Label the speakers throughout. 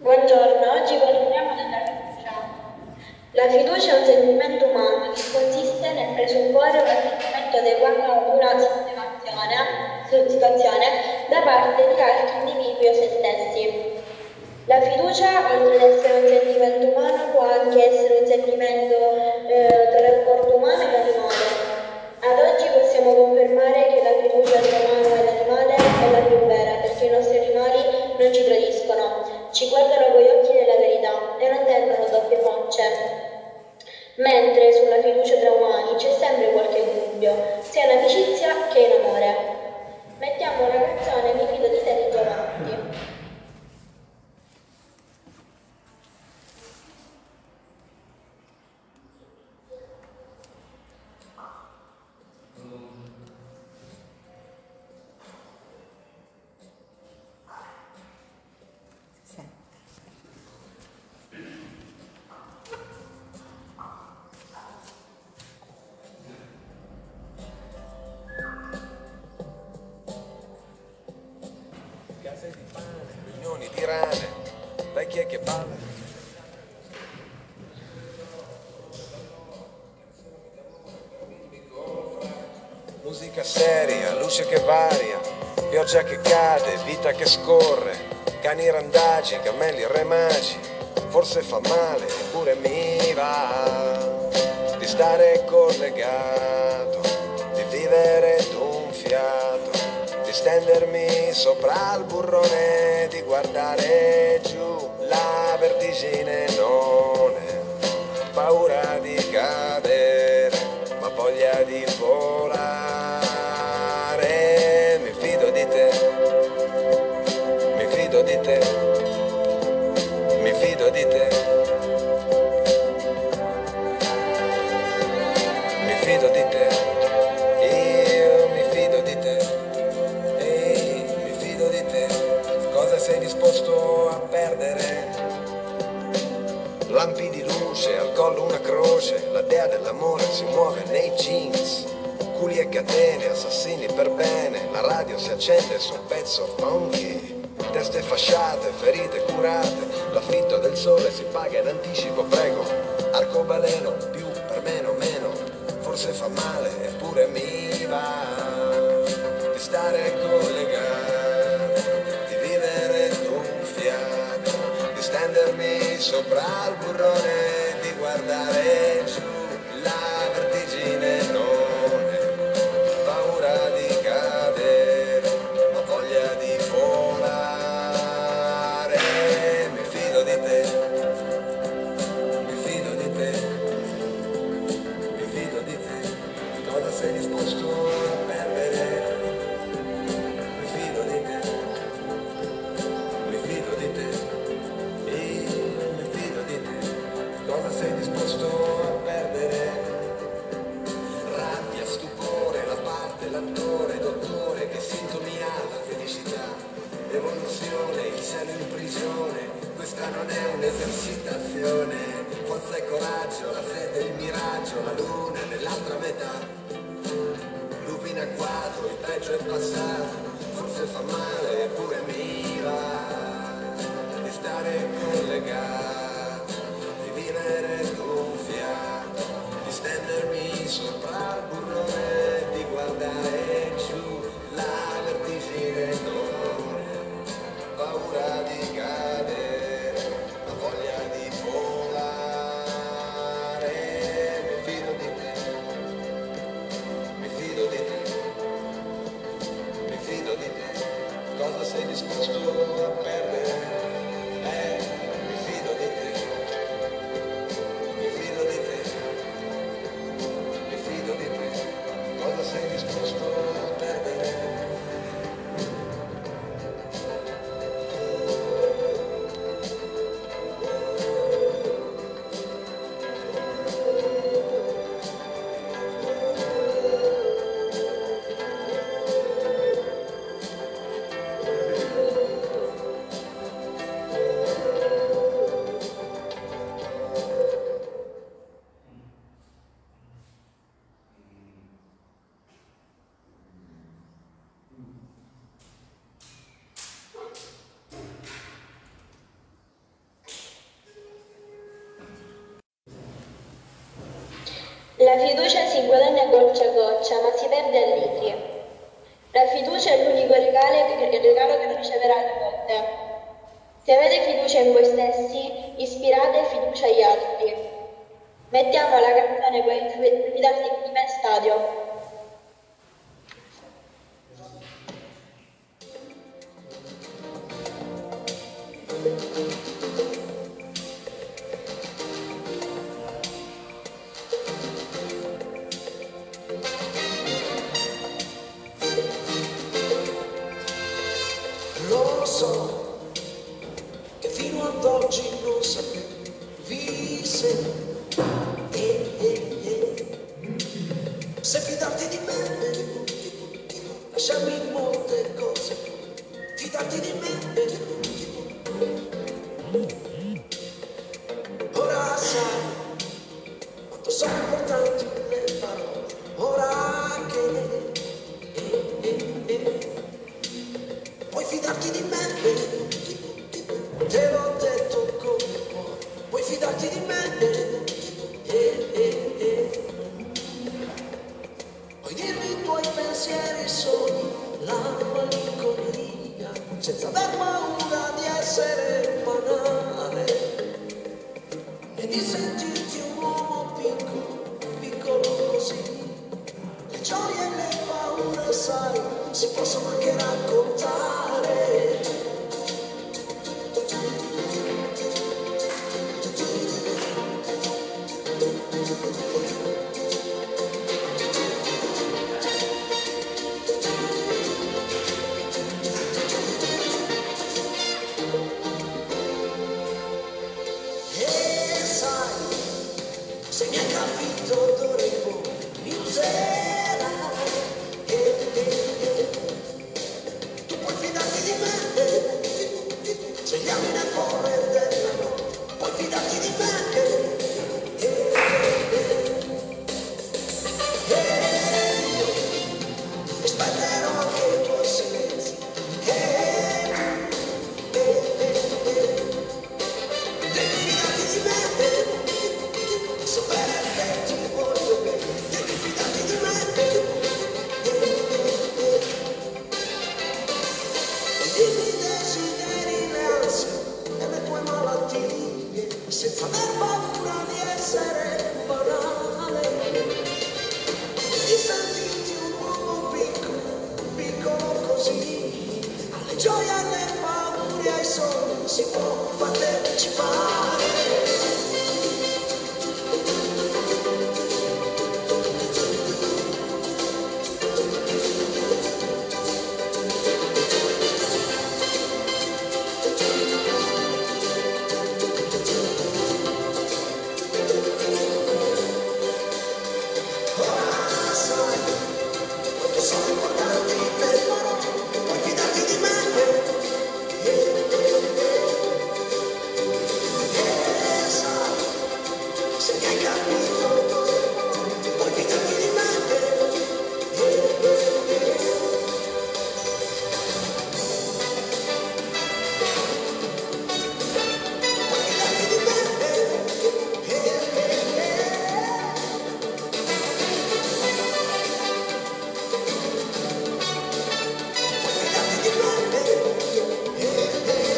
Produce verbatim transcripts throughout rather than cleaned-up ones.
Speaker 1: Buongiorno, oggi parliamo della fiducia. La fiducia è un sentimento umano che consiste nel presupporre un atteggiamento adeguato ad una situazione, situazione da parte di altri individui o se stessi. La fiducia, oltre ad essere un sentimento umano, può anche essere un sentimento eh, tra il rapporto umano e l'animale. Ad oggi possiamo confermare che la fiducia tra l'umano e l'animale è la più vera, perché i nostri animali non ci tradiscono, ci guardano con gli occhi della verità e non tendono doppie facce. Mentre sulla fiducia tra umani c'è sempre qualche dubbio, sia in amicizia che in amore. Mettiamo una canzone, Mi fido di te di Giovanotti.
Speaker 2: Case di pane, riunioni di rane, vecchie che ballano. Musica seria, luce che varia, pioggia che cade, vita che scorre, cani randagi, cammelli remagi. Forse fa male, eppure mi va di stare collegato, di vivere d'un fiato, di stendermi sopra il burrone, di guardare giù, la vertigine non è paura di cadere, ma voglia di volare. Mi fido di te, mi fido di te, mi fido di te, mi fido di te, io mi fido di te. Ehi, mi fido di te, cosa sei disposto a perdere? Lampi di luce, al collo una croce, la dea dell'amore si muove nei jeans. Culi e catene, assassini per bene, la radio si accende su un pezzo funky. Teste fasciate, ferite curate, l'affitto del sole si paga in anticipo, prego. Arcobaleno, più per meno, meno, forse fa male, eppure mi va di stare collegato, di vivere d'un fiato, di stendermi sopra il burrone, di guardare giù, la vertigine non è paura di cadere, ma voglia di volare. Mi fido di te, mi fido di te, mi fido di te, cosa sei disposto a perdere? Mi fido di te, mi fido di te, io mi fido di te, cosa sei disposto a perdere? Rabbia, stupore, la parte, l'attore, dottore, che sintomi ha la felicità? Evoluzione, il cielo in prigione, questa non è un'esercitazione. Forza e coraggio, la fede, il miraggio, la luna nell'altra metà. Lupi in agguato, il peggio è passato, forse fa male, eppure mi va di stare collegato, di vivere d'un fiato, di stendermi sopra il burrone, di guardare giù, la vertigine non è paura di cadere, ma voglia di volare. Mi fido di te, mi fido di te, mi fido di te, cosa sei disposto a
Speaker 1: goccia, ma si perde a litri. La fiducia è l'unico regalo che, il regalo che non riceverà il nipote. Se avete fiducia in voi stessi, ispirate fiducia agli altri. Mettiamo la canzone Puoi fidarti di me stadio.
Speaker 2: Lo so che fino ad oggi non sapevi se, eh, eh, eh. se fidarti di me, lasciarmi molte cose, fidarti di me. Ora sai quanto sono importanti le parole, ora che eh, eh, eh. puoi fidarti di me, te l'ho detto con il cuore, puoi fidarti di me, eh, eh, eh. puoi dirmi i tuoi pensieri, sogni, la malinconia, senza aver paura di essere banale e di sentirti un uomo piccolo, piccolo così. Le gioie e le paure, sai, si possono anche raccontare. E sai, se mi hai capito d'ora in poi, mi userai. Eh, eh, eh. Tu puoi fidarti di me, se gli ami nel cuore della notte, puoi fidarti di me. Eh, eh, eh. E io rispetterò anche i tuoi silenzi. Eh, eh, eh, eh. Devi fidarti di me, sapere che ti voglio bene. Devi fidarti di me. Dimmi i desideri, le ansie e le tue malattie, senza aver paura di essere banale e di sentirti un uomo piccolo, piccolo così. Alle gioie, alle paure, ai sogni si può partecipare. Ora sai quanto sono importanti le parole, puoi fidarti di me. Eh, eh, eh. E sai, se mi hai capito, puoi fidarti di me. Eh, eh, eh. Puoi fidarti di me. Eh, eh, eh. Puoi fidarti di me. Eh, eh, eh.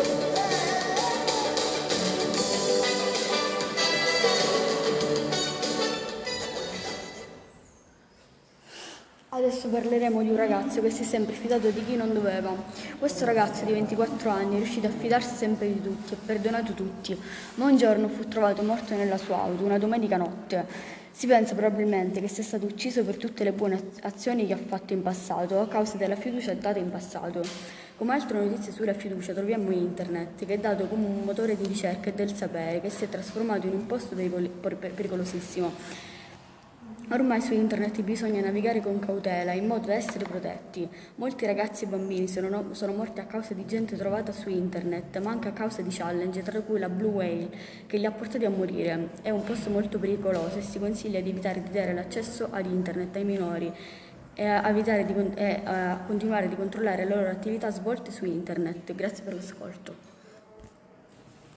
Speaker 3: Adesso parleremo di un ragazzo che si è sempre fidato di chi non doveva. Questo ragazzo di ventiquattro anni è riuscito a fidarsi sempre di tutti e perdonato tutti, ma un giorno fu trovato morto nella sua auto, una domenica notte. Si pensa probabilmente che sia stato ucciso per tutte le buone azioni che ha fatto in passato, a causa della fiducia data in passato. Come altre notizie sulla fiducia troviamo internet, che è dato come un motore di ricerca e del sapere, che si è trasformato in un posto pericol- pericolosissimo. Ormai su internet bisogna navigare con cautela, in modo da essere protetti. Molti ragazzi e bambini sono, sono morti a causa di gente trovata su internet, ma anche a causa di challenge, tra cui la Blue Whale, che li ha portati a morire. È un posto molto pericoloso e si consiglia di evitare di dare l'accesso ad internet ai minori e a, evitare di, e a continuare di controllare le loro attività svolte su internet. Grazie per l'ascolto.